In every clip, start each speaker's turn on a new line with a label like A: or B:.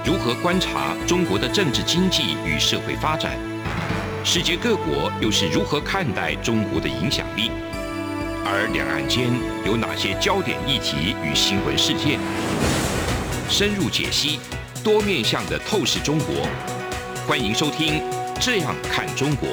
A: 如何观察中国的政治经济与社会发展？世界各国又是如何看待中国的影响力？而两岸间有哪些焦点议题与新闻事件？深入解析，多面向的透视中国。欢迎收听《这样看中国》。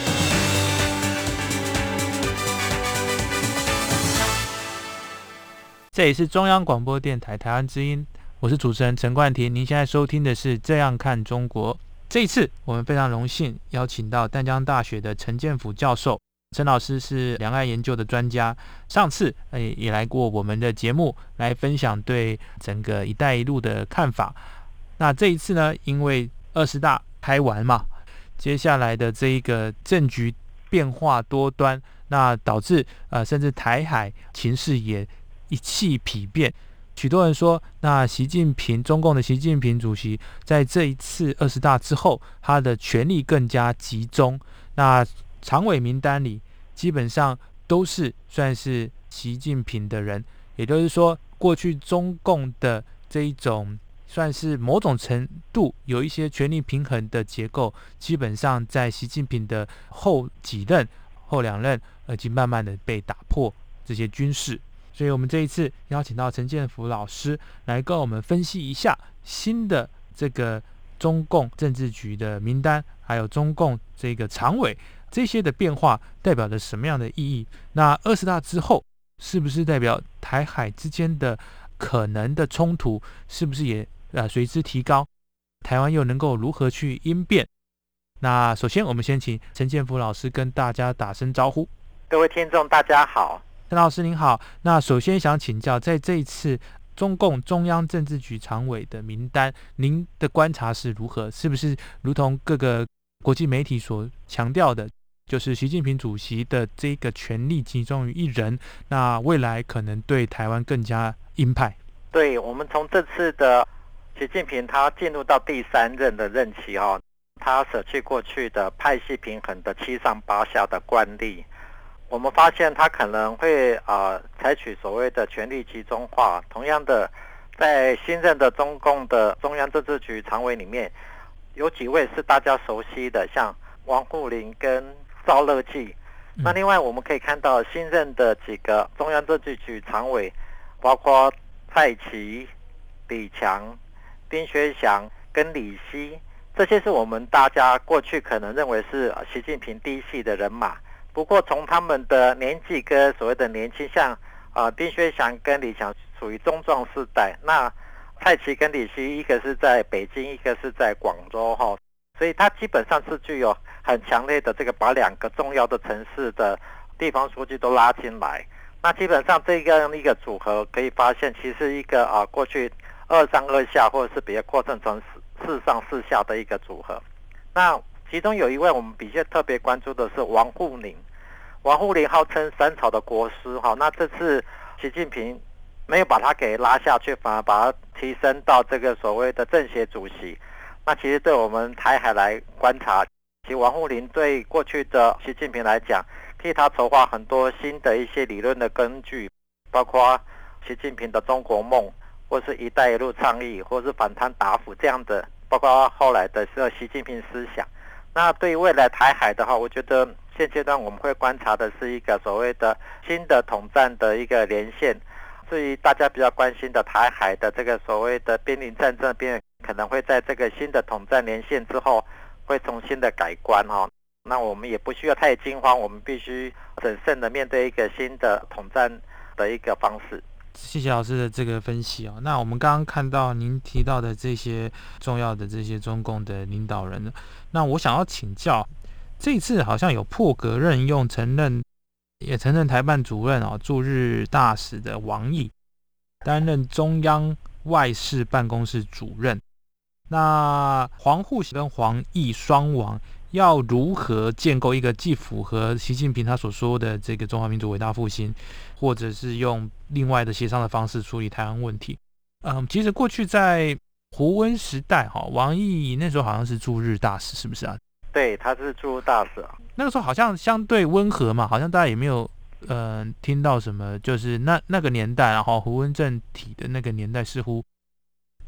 B: 这里是中央广播电台台湾之音，我是主持人陈冠廷。您现在收听的是《这样看中国》。这一次我们非常荣幸邀请到淡江大学的陈建甫教授。陈老师是两岸研究的专家，上次也来过我们的节目，来分享对整个一带一路的看法。那这一次呢，因为20大开完嘛，接下来的这一个政局变化多端，那导致甚至台海情势也一气丕变。许多人说，那中共的习近平主席在这一次20大之后，他的权力更加集中。那常委名单里基本上都是算是习近平的人，也就是说，过去中共的这一种算是某种程度有一些权力平衡的结构，基本上在习近平的后两任已经慢慢的被打破这些军事。所以我们这一次邀请到陈建甫老师来跟我们分析一下新的这个中共政治局的名单，还有中共这个常委这些的变化代表着什么样的意义？那20大之后是不是代表台海之间的可能的冲突是不是也随之提高？台湾又能够如何去应变？那首先我们先请陈建甫老师跟大家打声招呼。
C: 各位听众大家好。
B: 陈老师您好，那首先想请教，在这一次中共中央政治局常委的名单，您的观察是如何？是不是如同各个国际媒体所强调的，就是习近平主席的这个权力集中于一人，那未来可能对台湾更加鹰派？
C: 对，我们从这次的习近平他进入到第3任的任期他舍弃过去的派系平衡的7上8下的惯例，我们发现他可能会采取所谓的权力集中化。同样的，在新任的中共的中央政治局常委里面，有几位是大家熟悉的，像王沪宁跟赵乐际。那另外我们可以看到新任的几个中央政治局常委，包括蔡奇、李强、丁薛祥跟李希，这些是我们大家过去可能认为是习近平嫡系的人马。不过从他们的年纪跟所谓的年轻，像丁薛祥跟李强属于中壮世代，那蔡奇跟李希一个是在北京，一个是在广州所以他基本上是具有很强烈的这个把2个重要的城市的地方书记都拉进来。那基本上这样一个组合可以发现，其实一个过去2上2下或者是比较扩增成4上4下的一个组合。那其中有一位我们比较特别关注的是王沪宁。王沪宁号称3朝的国师那这次习近平没有把他给拉下去，反而把他提升到这个所谓的政协主席。那其实对我们台海来观察，其实王沪宁对过去的习近平来讲，替他筹划很多新的一些理论的根据，包括习近平的中国梦，或是一带一路倡议，或是反贪打腐这样的，包括后来的习近平思想。那对于未来台海的话，我觉得现阶段我们会观察的是一个所谓的新的统战的一个连线。至于大家比较关心的台海的这个所谓的边临战争边，可能会在这个新的统战连线之后会重新的改观那我们也不需要太惊慌，我们必须审慎的面对一个新的统战的一个方式。
B: 谢谢老师的这个分析那我们刚刚看到您提到的这些重要的这些中共的领导人，那我想要请教，这一次好像有破格任用承认台办主任驻日大使的王毅担任中央外事办公室主任。那黄沪跟黄毅双王要如何建构一个既符合习近平他所说的这个中华民族伟大复兴，或者是用另外的协商的方式处理台湾问题？其实过去在胡温时代王毅那时候好像是驻日大使，是不是啊？
C: 对，他是驻日大使
B: 那个时候好像相对温和嘛，好像大家也没有听到什么，就是那个年代，然后胡温正体的那个年代，似乎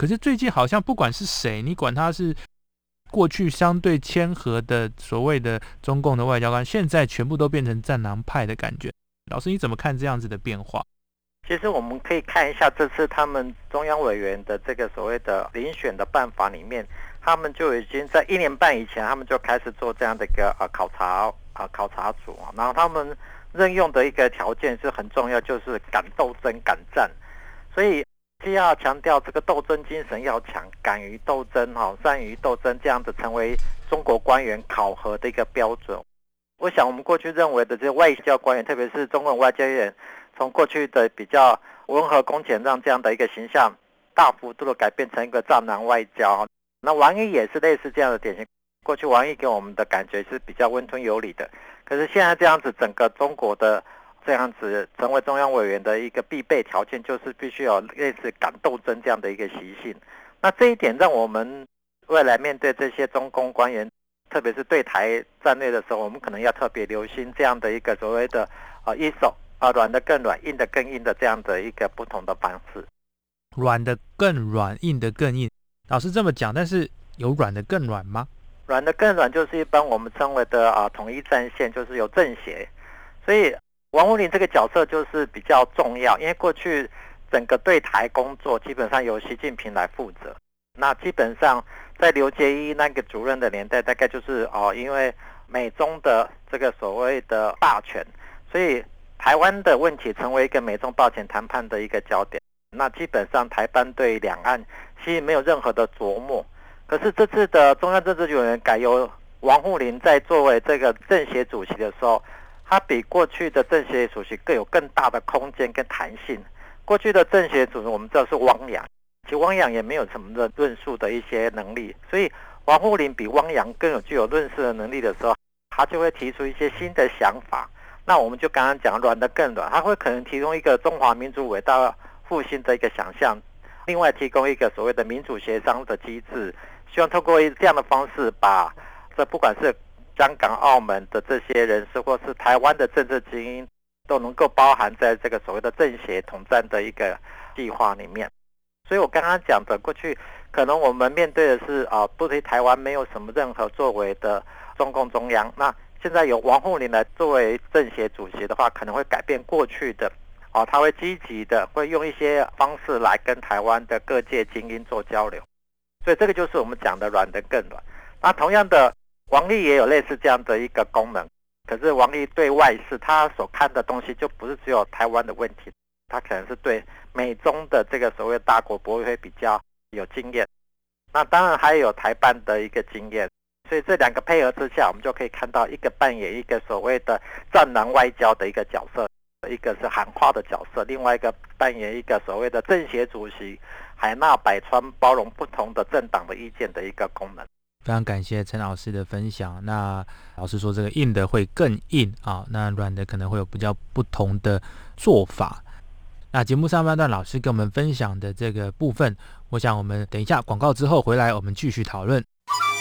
B: 可是最近好像不管是谁，你管他是过去相对谦和的所谓的中共的外交官，现在全部都变成战狼派的感觉。老师你怎么看这样子的变化？
C: 其实我们可以看一下这次他们中央委员的这个所谓的遴选的办法里面，他们就已经在1年半以前，他们就开始做这样的一个考察组，然后他们任用的一个条件是很重要，就是敢斗争敢战，所以既要强调这个斗争精神要强，敢于斗争善于斗争，这样子成为中国官员考核的一个标准。我想我们过去认为的这些外交官员，特别是中共外交员，从过去的比较温和恭俭让这样的一个形象，大幅度的改变成一个战狼外交。那王毅也是类似这样的典型。过去王毅给我们的感觉是比较温吞有礼的，可是现在这样子，整个中国的这样子成为中央委员的一个必备条件，就是必须有类似敢斗争这样的一个习性。那这一点让我们未来面对这些中共官员，特别是对台战略的时候，我们可能要特别留心这样的一个所谓的一手软的更软，硬的更硬的这样的一个不同的方式。
B: 软的更软，硬的更硬，老师这么讲，但是有软的更软吗？
C: 软的更软就是一般我们称为的统一战线，就是有政协。所以王沪宁这个角色就是比较重要，因为过去整个对台工作基本上由习近平来负责。那基本上在刘结一那个主任的年代，大概就是因为美中的这个所谓的霸权，所以台湾的问题成为一个美中霸权谈判的一个焦点。那基本上台湾对两岸其实没有任何的琢磨。可是这次的中央政治局委员改由王沪宁在作为这个政协主席的时候，他比过去的政协主席更有更大的空间跟弹性。过去的政协主席我们知道是汪洋，其实汪洋也没有什么的论述的一些能力，所以王沪宁比汪洋更具有论述的能力的时候，他就会提出一些新的想法。那我们就刚刚讲软的更软，他会可能提供一个中华民族伟大复兴的一个想象，另外提供一个所谓的民主协商的机制，希望透过这样的方式，把这不管是香港、澳门的这些人士，或是台湾的政治精英，都能够包含在这个所谓的政协统战的一个计划里面。所以我刚刚讲的，过去可能我们面对的是对台湾没有什么任何作为的中共中央，那现在由王沪宁来作为政协主席的话，可能会改变过去的他会积极的会用一些方式来跟台湾的各界精英做交流。所以这个就是我们讲的软的更软。那同样的，王毅也有类似这样的一个功能，可是王毅对外事他所看的东西就不是只有台湾的问题，他可能是对美中的这个所谓大国博弈会比较有经验。那当然还有台办的一个经验，所以这两个配合之下，我们就可以看到一个扮演一个所谓的战狼外交的一个角色，一个是喊话的角色，另外一个扮演一个所谓的政协主席，海纳百川，包容不同的政党的意见的一个功能。
B: 非常感谢陈老师的分享。那老师说这个硬的会更硬那软的可能会有比较不同的做法。那节目上半段老师跟我们分享的这个部分，我想我们等一下广告之后回来，我们继续讨论。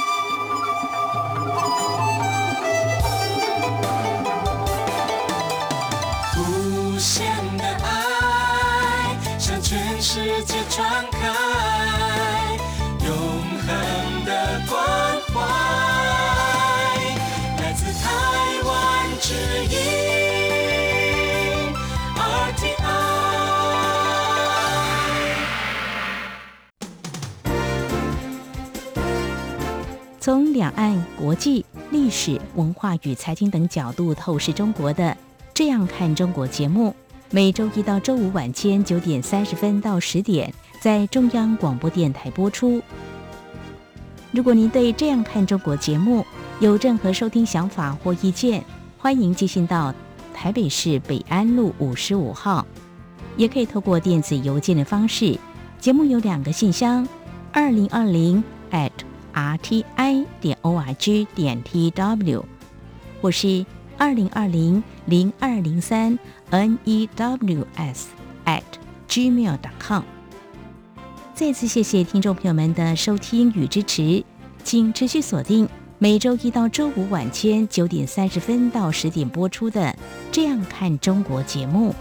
D: 无限的爱向全世界传开，永恒的关怀，来自台湾之音 RTI。
E: 从两岸、国际、历史、文化与财经等角度透视中国的《这样看中国》节目，每周一到周五晚间9点30分到10点，在中央广播电台播出。如果您对《这样看中国》节目有任何收听想法或意见，欢迎寄信到台北市北安路55号，也可以透过电子邮件的方式。节目有2个信箱，2020@rti.org.tw 或是2020-0203-news@gmail.com。 再次谢谢听众朋友们的收听与支持，请持续锁定每周一到周五晚间9点30分到10点播出的《这样看中国》节目。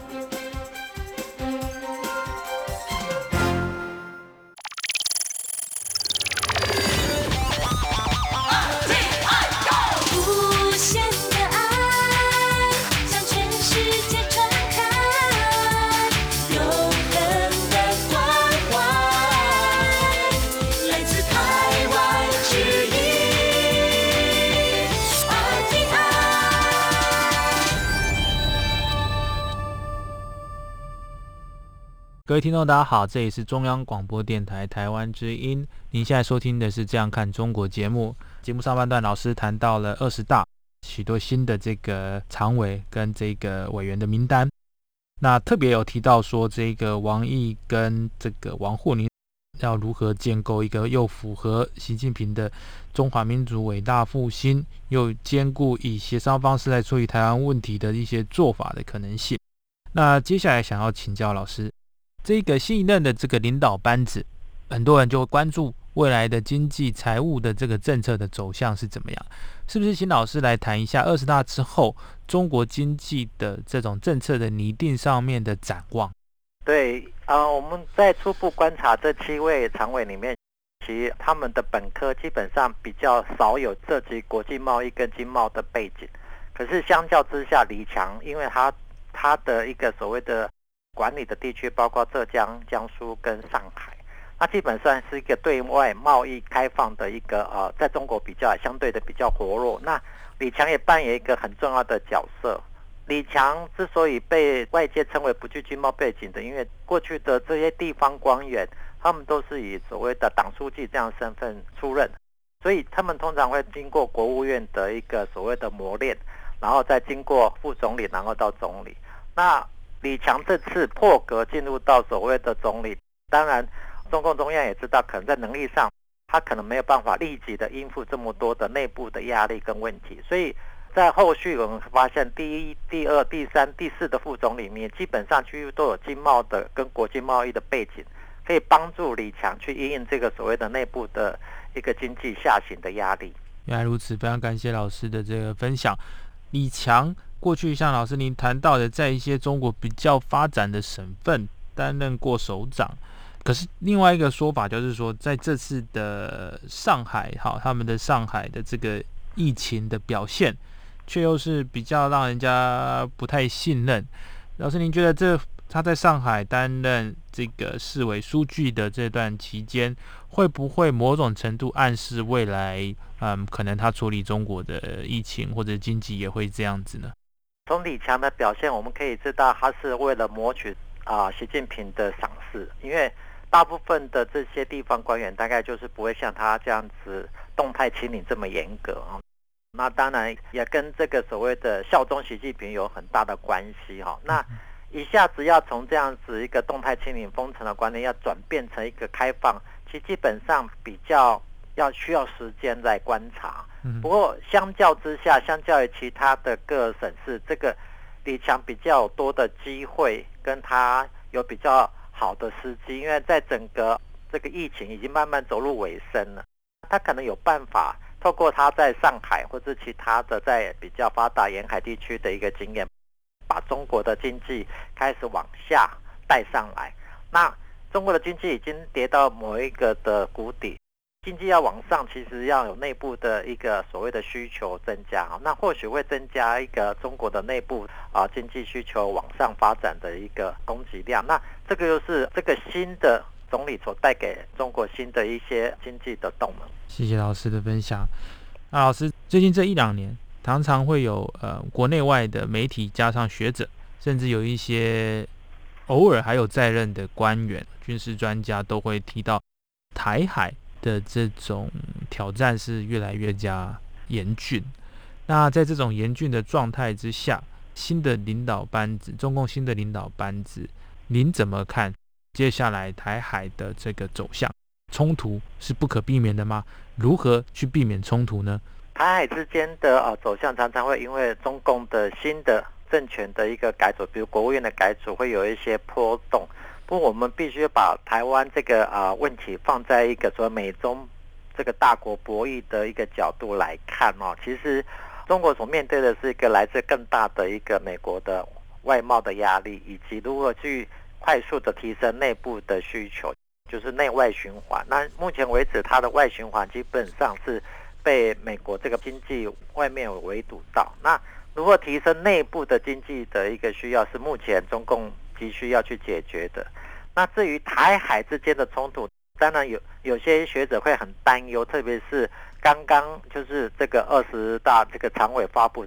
B: 各位听众大家好，这里是中央广播电台台湾之音，您现在收听的是这样看中国节目。节目上半段老师谈到了20大许多新的这个常委跟这个委员的名单，那特别有提到说这个王毅跟这个王沪宁要如何建构一个又符合习近平的中华民族伟大复兴，又兼顾以协商方式来处理台湾问题的一些做法的可能性。那接下来想要请教老师，这个新一任的这个领导班子，很多人就关注未来的经济财务的这个政策的走向是怎么样，是不是请老师来谈一下20大之后中国经济的这种政策的拟定上面的展望？
C: 对我们在初步观察这7位常委里面，其实他们的本科基本上比较少有涉及国际贸易跟经贸的背景，可是相较之下，李强因为他的一个所谓的管理的地区包括浙江、江苏跟上海，那基本上是一个对外贸易开放的一个在中国比较相对的比较活络。那李强也扮演一个很重要的角色。李强之所以被外界称为不具经贸背景的，因为过去的这些地方官员，他们都是以所谓的党书记这样的身份出任，所以他们通常会经过国务院的一个所谓的磨练，然后再经过副总理，然后到总理。那李强这次破格进入到所谓的总理，当然中共中央也知道，可能在能力上他可能没有办法立即的应付这么多的内部的压力跟问题，所以在后续我们发现第1、第2、第3、第4的副总里面，基本上几乎都有经贸的跟国际贸易的背景，可以帮助李强去因应这个所谓的内部的一个经济下行的压力。
B: 原来如此，非常感谢老师的这个分享。李强过去像老师您谈到的，在一些中国比较发展的省份担任过首长，可是另外一个说法就是说，在这次的上海，他们的上海的这个疫情的表现，却又是比较让人家不太信任。老师，您觉得他在上海担任这个市委书记的这段期间，会不会某种程度暗示未来，可能他处理中国的疫情或者经济也会这样子呢？
C: 从李强的表现，我们可以知道他是为了谋取习近平的赏识，因为大部分的这些地方官员大概就是不会像他这样子动态清零这么严格啊。那当然也跟这个所谓的效忠习近平有很大的关系哈。那一下子要从这样子一个动态清零封城的观念，要转变成一个开放，其实基本上比较需要时间来观察。不过相较之下，相较于其他的各省市，这个李强比较多的机会，跟他有比较好的时机，因为在整个这个疫情已经慢慢走入尾声了，他可能有办法透过他在上海或者其他的在比较发达沿海地区的一个经验，把中国的经济开始往下带上来。那中国的经济已经跌到某一个的谷底，经济要往上，其实要有内部的一个所谓的需求增加，那或许会增加一个中国的内部经济需求往上发展的一个供给量。那这个又是这个新的总理所带给中国新的一些经济的动能。
B: 谢谢老师的分享。那老师最近这1-2年，常常会有国内外的媒体加上学者，甚至有一些偶尔还有在任的官员、军事专家都会提到台海的这种挑战是越来越加严峻。那在这种严峻的状态之下，新的领导班子，中共新的领导班子，您怎么看接下来台海的这个走向？冲突是不可避免的吗？如何去避免冲突呢？
C: 台海之间的走向常常会因为中共的新的政权的一个改组，比如国务院的改组，会有一些波动。不过我们必须把台湾这个问题放在一个所谓美中这个大国博弈的一个角度来看哦。其实中国所面对的是一个来自更大的一个美国的外贸的压力，以及如何去快速的提升内部的需求，就是内外循环。那目前为止，它的外循环基本上是被美国这个经济外面围堵到。那如何提升内部的经济的一个需要，是目前中共急需要去解决的。那至于台海之间的冲突，当然有些学者会很担忧，特别是刚刚就是这个20大这个常委发布之后，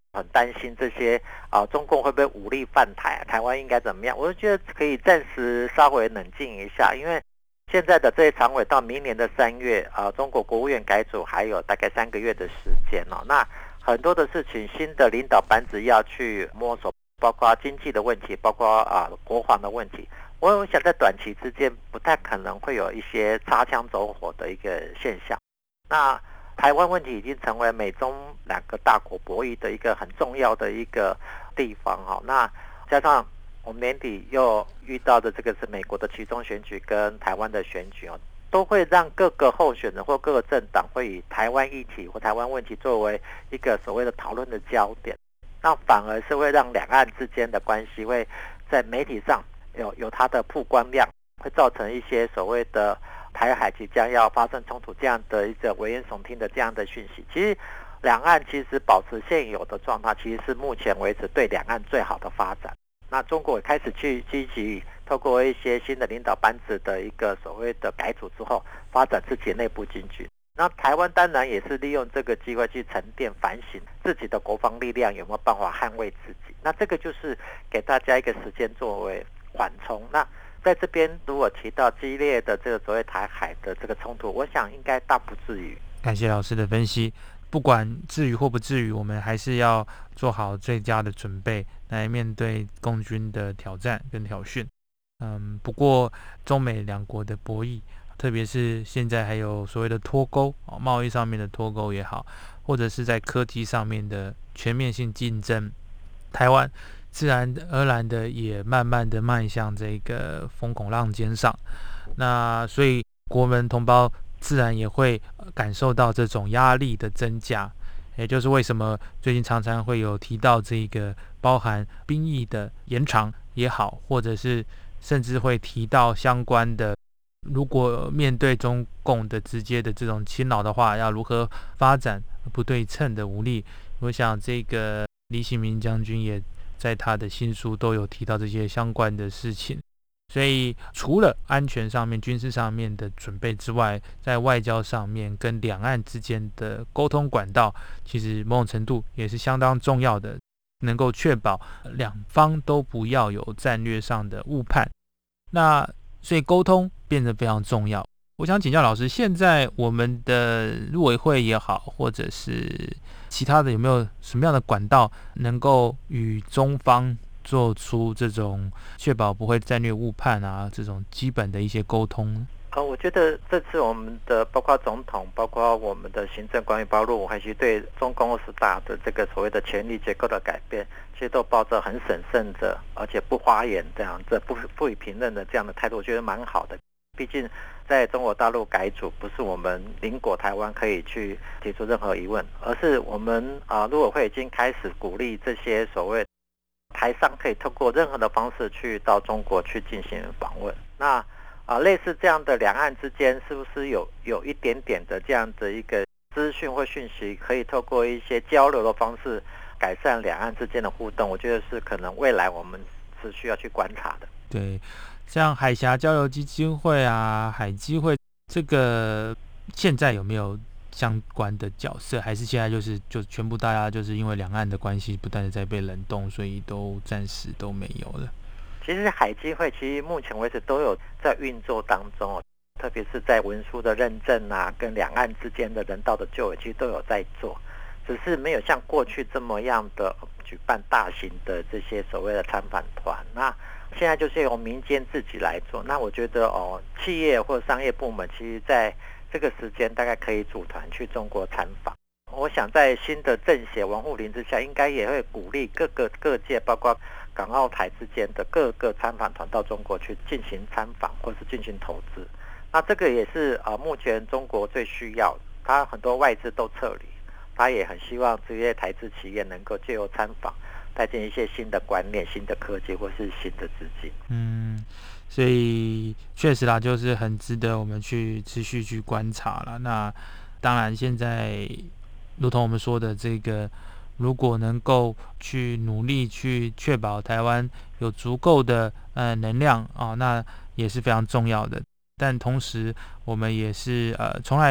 C: 很担心这些中共会不会武力犯台，台湾应该怎么样？我就觉得可以暂时稍微冷静一下，因为现在的这些常委到明年的3月中国国务院改组还有大概3个月的时间那很多的事情新的领导班子要去摸索，包括经济的问题，包括国防的问题。我想在短期之间不太可能会有一些擦枪走火的一个现象。那台湾问题已经成为美中2个大国博弈的一个很重要的一个地方那加上我们年底又遇到的这个是美国的期中选举跟台湾的选举都会让各个候选人或各个政党会以台湾议题或台湾问题作为一个所谓的讨论的焦点，那反而是会让两岸之间的关系会在媒体上有它的曝光量，会造成一些所谓的台海即将要发生冲突这样的一个危言耸听的这样的讯息。其实两岸其实保持现有的状态，其实是目前为止对两岸最好的发展。那中国也开始去积极透过一些新的领导班子的一个所谓的改组之后，发展自己的内部经济。那台湾当然也是利用这个机会去沉淀反省自己的国防力量有没有办法捍卫自己。那这个就是给大家一个时间作为缓冲。那在这边如果提到激烈的这个所谓台海的这个冲突，我想应该大不至于。
B: 感谢老师的分析。不管至于或不至于，我们还是要做好最佳的准备来面对共军的挑战跟挑衅。不过中美两国的博弈，特别是现在还有所谓的脱钩，贸易上面的脱钩也好，或者是在科技上面的全面性竞争，台湾自然而然的也慢慢的迈向这个风口浪尖上。那所以国门同胞自然也会感受到这种压力的增加，也就是为什么最近常常会有提到这个包含兵役的延长也好，或者是甚至会提到相关的，如果面对中共的直接的这种侵扰的话，要如何发展不对称的武力。我想这个李喜明将军也在他的新书都有提到这些相关的事情。所以除了安全上面军事上面的准备之外，在外交上面跟两岸之间的沟通管道，其实某种程度也是相当重要的，能够确保两方都不要有战略上的误判。那所以沟通变得非常重要。我想请教老师，现在我们的陆委会也好，或者是其他的，有没有什么样的管道能够与中方做出这种确保不会战略误判这种基本的一些沟通？
C: 我觉得这次我们的包括总统，包括我们的行政官员，包括陆委会，其实对中共20大的这个所谓的权力结构的改变，其实都抱着很审慎的，而且不花言这样子不予评论的这样的态度，我觉得蛮好的。毕竟在中国大陆改组，不是我们邻国台湾可以去提出任何疑问，而是我们陆委会已经开始鼓励这些所谓台商可以透过任何的方式去到中国去进行访问。那类似这样的两岸之间，是不是有一点点的这样的一个资讯或讯息，可以透过一些交流的方式改善两岸之间的互动？我觉得是可能未来我们是需要去观察的。
B: 对，像海峡交流基金会海基会，这个现在有没有相关的角色？还是现在就全部大家就是因为两岸的关系不断的在被冷冻，所以都暂时都没有了？
C: 其实海基会其实目前为止都有在运作当中，特别是在文书的认证跟两岸之间的人道的救援，其实都有在做，只是没有像过去这么样的举办大型的这些所谓的参访团。那现在就是由民间自己来做。那我觉得企业或商业部门其实在这个时间大概可以组团去中国参访。我想在新的政协王沪宁之下，应该也会鼓励各界，包括港澳台之间的各个参访团到中国去进行参访或是进行投资。那这个也是目前中国最需要的，他很多外资都撤离，他也很希望这些台资企业能够借由参访带进一些新的观念、新的科技或是新的资金。
B: 所以确实啦，就是很值得我们去持续去观察啦。那当然现在如同我们说的，这个如果能够去努力去确保台湾有足够的能量那也是非常重要的。但同时我们也是从来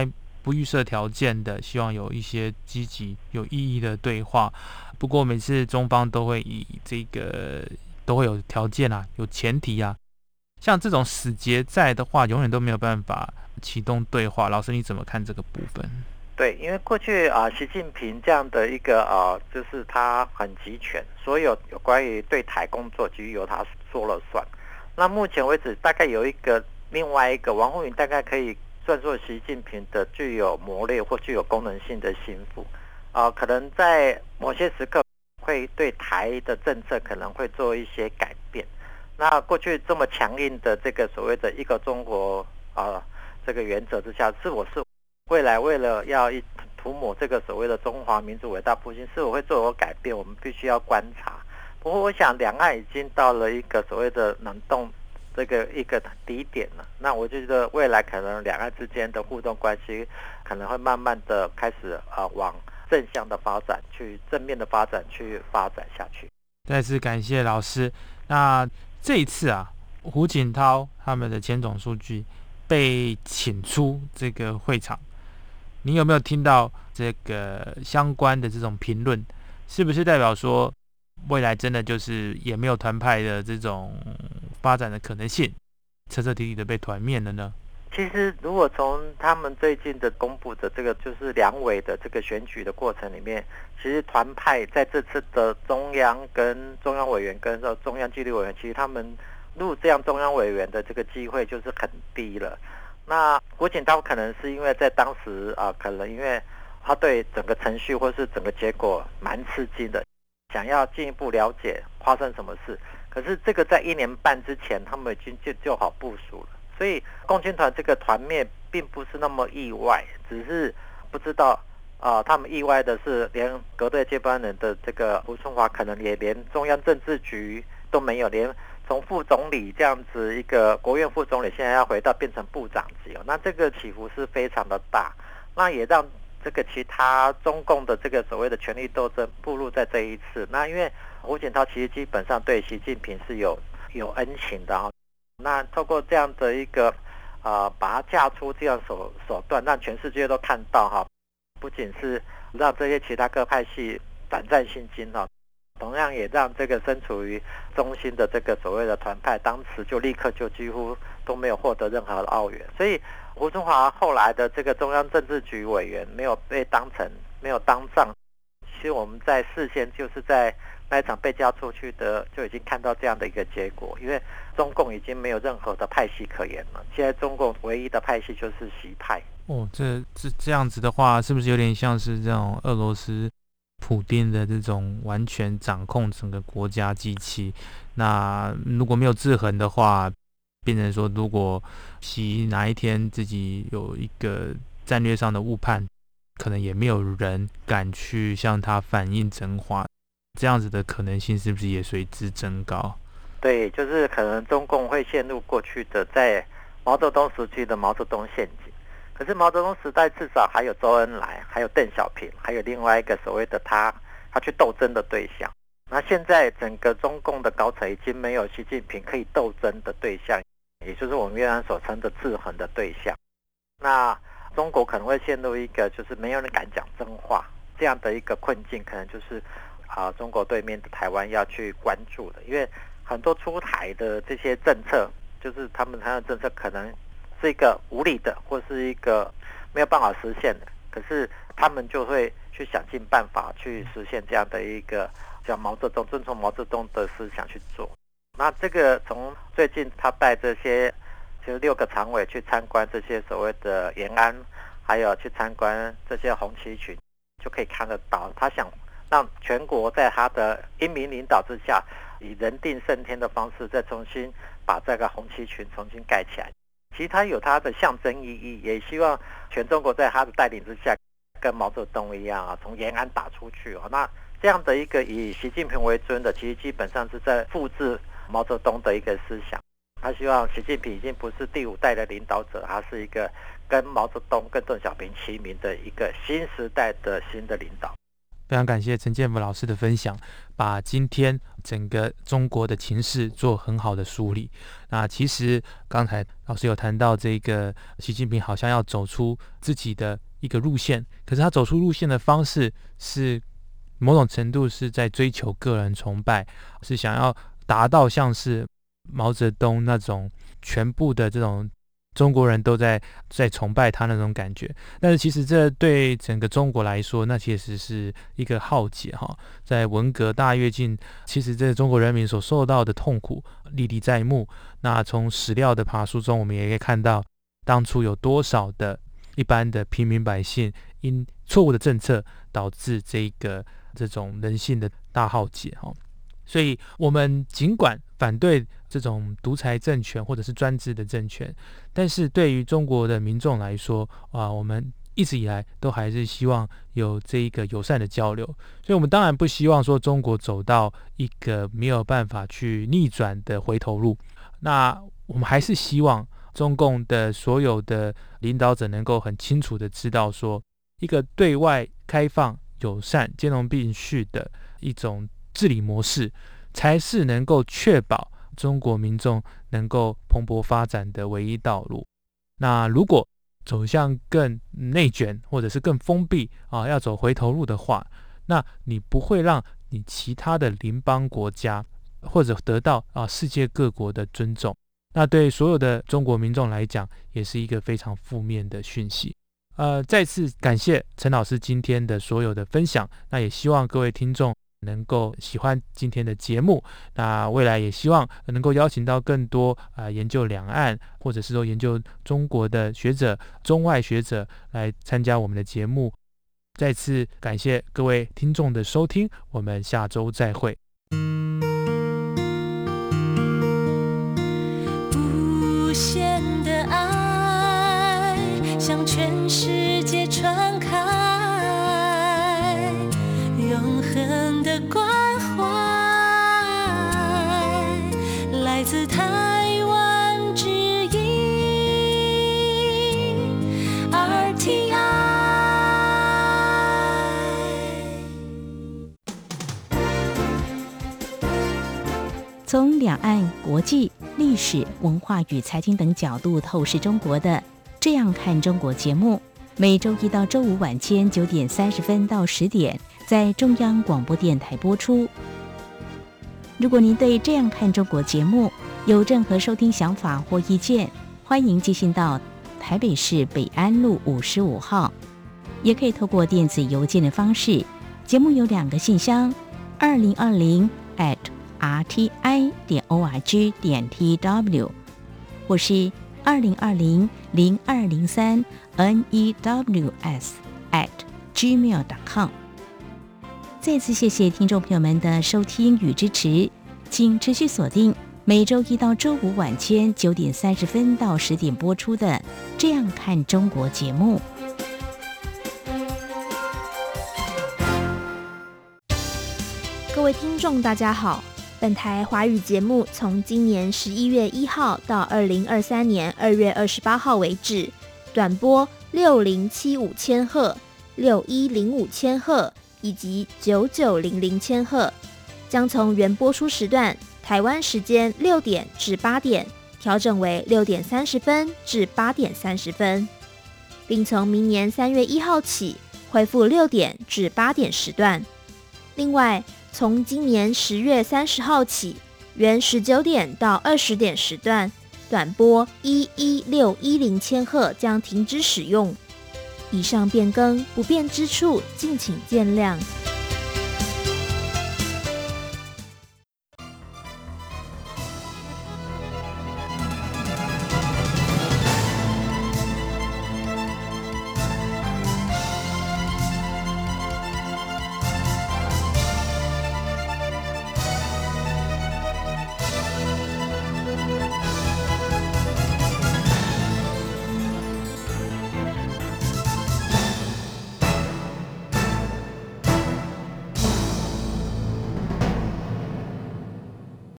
B: 不预设条件的，希望有一些积极有意义的对话。不过每次中方都会以这个都会有条件啊，有前提啊，像这种死结在的话，永远都没有办法启动对话。老师你怎么看这个部分？
C: 对，因为过去习近平这样的一个就是他很集权，所有关于对台工作就由他说了算。那目前为止，大概有另外一个王沪宁，大概可以算作习近平的具有谋略或具有功能性的心腹。可能在某些时刻会对台的政策可能会做一些改变。那过去这么强硬的这个所谓的一个中国这个原则之下，是未来为了要涂抹这个所谓的中华民族伟大复兴，是否会做有改变，我们必须要观察。不过我想两岸已经到了一个所谓的冷冻这个一个低点了，那我觉得未来可能两岸之间的互动关系可能会慢慢的开始往正向的发展，去正面的发展去发展下去。
B: 再次感谢老师。那这一次胡锦涛他们的前总书记被请出这个会场，你有没有听到这个相关的这种评论？是不是代表说未来真的就是也没有团派的这种发展的可能性，彻彻底底的被团灭了呢？
C: 其实如果从他们最近的公布的这个就是两委的这个选举的过程里面，其实团派在这次的中央跟中央委员跟中央纪律委员，其实他们入这样中央委员的这个机会就是很低了。那胡锦涛可能是因为在当时可能因为他对整个程序或是整个结果蛮吃惊的，想要进一步了解发生什么事。可是这个在1年半之前他们已经就好部署了，所以共青团这个团灭并不是那么意外，只是不知道他们意外的是连革队接班人的这个胡春华可能也连中央政治局都没有，连从副总理这样子一个国务院副总理现在要回到变成部长级那这个起伏是非常的大，那也让这个其他中共的这个所谓的权力斗争暴露在这一次。那因为胡锦涛其实基本上对习近平是有恩情的那透过这样的一个把他架出这样手段，让全世界都看到不仅是让这些其他各派系胆战心惊同样也让这个身处于中心的这个所谓的团派，当时就立刻就几乎都没有获得任何的澳元。所以胡春华后来的这个中央政治局委员没有当上，其实我们在事先就是在那一场被架出去的就已经看到这样的一个结果，因为中共已经没有任何的派系可言了，现在中共唯一的派系就是习派。
B: 这样子的话，是不是有点像是这种俄罗斯普丁的这种完全掌控整个国家机器？那如果没有制衡的话，变成说如果习哪一天自己有一个战略上的误判，可能也没有人敢去向他反映真话，这样子的可能性是不是也随之增高？
C: 对，就是可能中共会陷入过去的在毛泽东时期的毛泽东陷阱。可是毛泽东时代至少还有周恩来，还有邓小平，还有另外一个所谓的他去斗争的对象。那现在整个中共的高层已经没有习近平可以斗争的对象，也就是我们原来所称的制衡的对象。那中国可能会陷入一个就是没有人敢讲真话这样的一个困境，可能就是中国对面的台湾要去关注的。因为很多出台的这些政策，就是他们台湾政策可能是一个无理的，或是一个没有办法实现的，可是他们就会去想尽办法去实现这样的一个像遵从毛泽东的思想去做。那这个从最近他带这些就是6个常委去参观这些所谓的延安，还有去参观这些红旗群，就可以看得到他想让全国在他的英明领导之下，以人定胜天的方式再重新把这个红旗群重新盖起来。其实它有它的象征意义，也希望全中国在他的带领之下，跟毛泽东一样从延安打出去那这样的一个以习近平为尊的，其实基本上是在复制毛泽东的一个思想。他希望习近平已经不是第5代的领导者，他是一个跟毛泽东跟邓小平齐名的一个新时代的新的领导。
B: 非常感谢陈建甫老师的分享，把今天整个中国的情势做很好的梳理。那其实刚才老师有谈到这个习近平好像要走出自己的一个路线，可是他走出路线的方式是某种程度是在追求个人崇拜，是想要达到像是毛泽东那种全部的这种中国人都在崇拜他那种感觉。但是其实这对整个中国来说，那其实是一个浩劫哈。在文革大跃进，其实这中国人民所受到的痛苦历历在目。那从史料的爬梳中，我们也可以看到当初有多少的一般的平民百姓因错误的政策导致这种人性的大浩劫哈。所以我们尽管反对这种独裁政权或者是专制的政权，但是对于中国的民众来说我们一直以来都还是希望有这一个友善的交流。所以我们当然不希望说中国走到一个没有办法去逆转的回头路，那我们还是希望中共的所有的领导者能够很清楚的知道说，一个对外开放、友善、兼容并蓄的一种治理模式，才是能够确保中国民众能够蓬勃发展的唯一道路。那如果走向更内卷或者是更封闭要走回头路的话，那你不会让你其他的邻邦国家或者得到世界各国的尊重，那对所有的中国民众来讲也是一个非常负面的讯息。再次感谢陈老师今天的所有的分享，那也希望各位听众能够喜欢今天的节目，那未来也希望能够邀请到更多研究两岸或者是说研究中国的学者、中外学者来参加我们的节目。再次感谢各位听众的收听，我们下周再会。
D: 无限的爱向全世界传开，永恒的关怀来自台湾之音 RTI。
E: 从两岸、国际、历史、文化与财经等角度透视中国的《这样看中国》节目，每周一到周五晚间9点30分到10点在中央广播电台播出。如果您对《这样看中国》节目有任何收听想法或意见，欢迎寄信到台北市北安路55号，也可以透过电子邮件的方式。节目有2个信箱2020@rti.org.tw 或是2020-0203-news@gmail.com。 再次谢谢听众朋友们的收听与支持，请持续锁定每周一到周五晚间9点30分到10点播出的《这样看中国》节目。
F: 各位听众大家好，本台华语节目从今年11月1号到2023年2月28号为止，短波6075千赫、6105千赫以及9900千赫，将从原播出时段台湾时间6点至8点调整为6点30分至8点30分，并从明年3月1号起恢复6点至8点时段。另外，从今年10月30号起，原19点到20点时段短波11610千赫将停止使用。以上变更不便之处，敬请见谅。